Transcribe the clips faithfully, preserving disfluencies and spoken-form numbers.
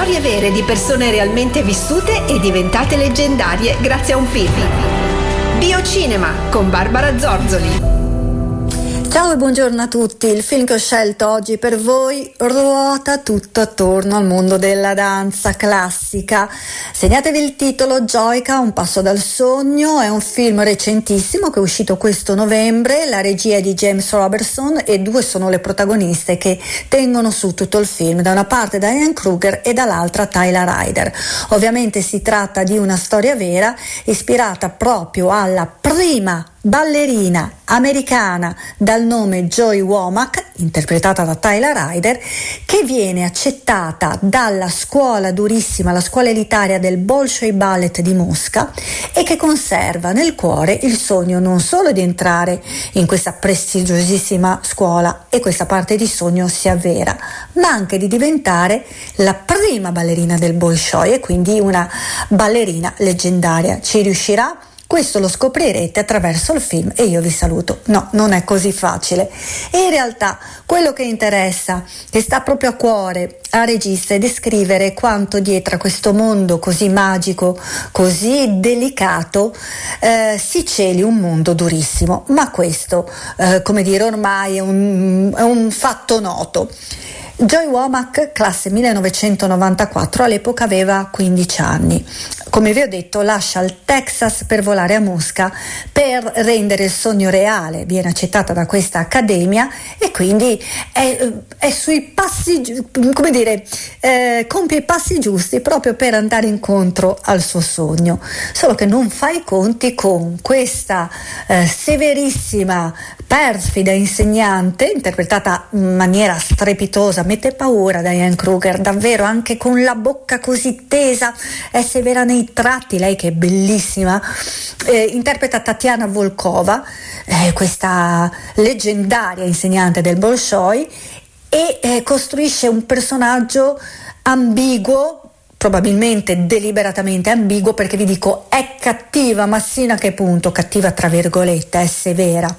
Storie vere di persone realmente vissute e diventate leggendarie grazie a un film. Biocinema con Barbara Zorzoli. Ciao e buongiorno a tutti. Il film che ho scelto oggi per voi ruota tutto attorno al mondo della danza classica. Segnatevi il titolo: Joica, un passo dal sogno. È un film recentissimo che è uscito questo novembre. La regia è di James Robertson e due sono le protagoniste che tengono su tutto il film. Da una parte Diane Kruger e dall'altra Tyler Ryder. Ovviamente si tratta di una storia vera ispirata proprio alla prima ballerina americana dal nome Joy Womack, interpretata da Tyler Ryder, che viene accettata dalla scuola durissima, la scuola elitaria del Bolshoi Ballet di Mosca, e che conserva nel cuore il sogno non solo di entrare in questa prestigiosissima scuola, e questa parte di sogno si avvera, ma anche di diventare la prima ballerina del Bolshoi e quindi una ballerina leggendaria. Ci riuscirà? Questo lo scoprirete attraverso il film e io vi saluto. No, non è così facile. E in realtà quello che interessa, che sta proprio a cuore al regista, è descrivere quanto dietro a questo mondo così magico, così delicato, eh, si celi un mondo durissimo. Ma questo, eh, come dire, ormai è un, è un fatto noto. Joy Womack, classe millenovecentonovantaquattro, all'epoca aveva quindici anni. Come vi ho detto, lascia il Texas per volare a Mosca per rendere il sogno reale. Viene accettata da questa accademia e quindi è, è sui passi, come dire, eh, compie i passi giusti proprio per andare incontro al suo sogno. Solo che non fa i conti con questa eh, severissima, perfida insegnante, interpretata in maniera strepitosa. Mette paura Diane Kruger, davvero, anche con la bocca così tesa, è severa nei tratti, lei che è bellissima. Eh, interpreta Tatiana Volkova, eh, questa leggendaria insegnante del Bolshoi, e eh, costruisce un personaggio ambiguo, probabilmente deliberatamente ambiguo, perché vi dico è cattiva, ma sino a che punto? Cattiva tra virgolette, è severa.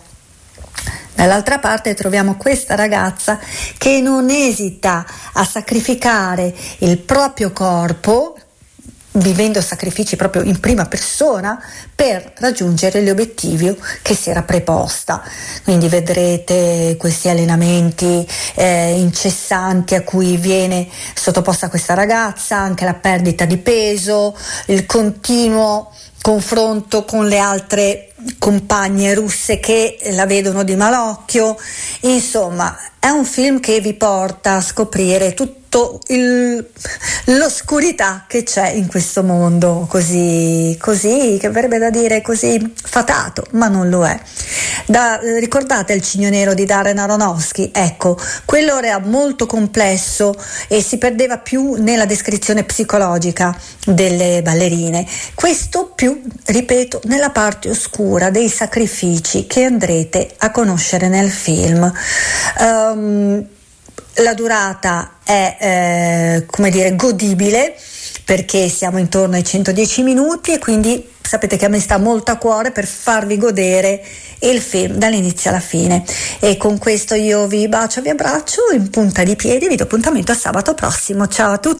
Dall'altra parte troviamo questa ragazza che non esita a sacrificare il proprio corpo, vivendo sacrifici proprio in prima persona, per raggiungere gli obiettivi che si era preposta. Quindi vedrete questi allenamenti eh, incessanti a cui viene sottoposta questa ragazza, anche la perdita di peso, il continuo confronto con le altre compagne russe che la vedono di malocchio. Insomma, è un film che vi porta a scoprire tutto il, l'oscurità che c'è in questo mondo così, così, che verrebbe da dire così fatato, ma non lo è. Da, ricordate Il Cigno Nero di Darren Aronofsky? Ecco, quello era molto complesso e si perdeva più nella descrizione psicologica delle ballerine. Questo più, ripeto, nella parte oscura dei sacrifici che andrete a conoscere nel film. Um, la durata è eh, come dire godibile, perché siamo intorno ai centodieci minuti, e quindi sapete che a me sta molto a cuore per farvi godere il film dall'inizio alla fine. E con questo io vi bacio, vi abbraccio in punta di piedi, vi do appuntamento a sabato prossimo. Ciao a tutti.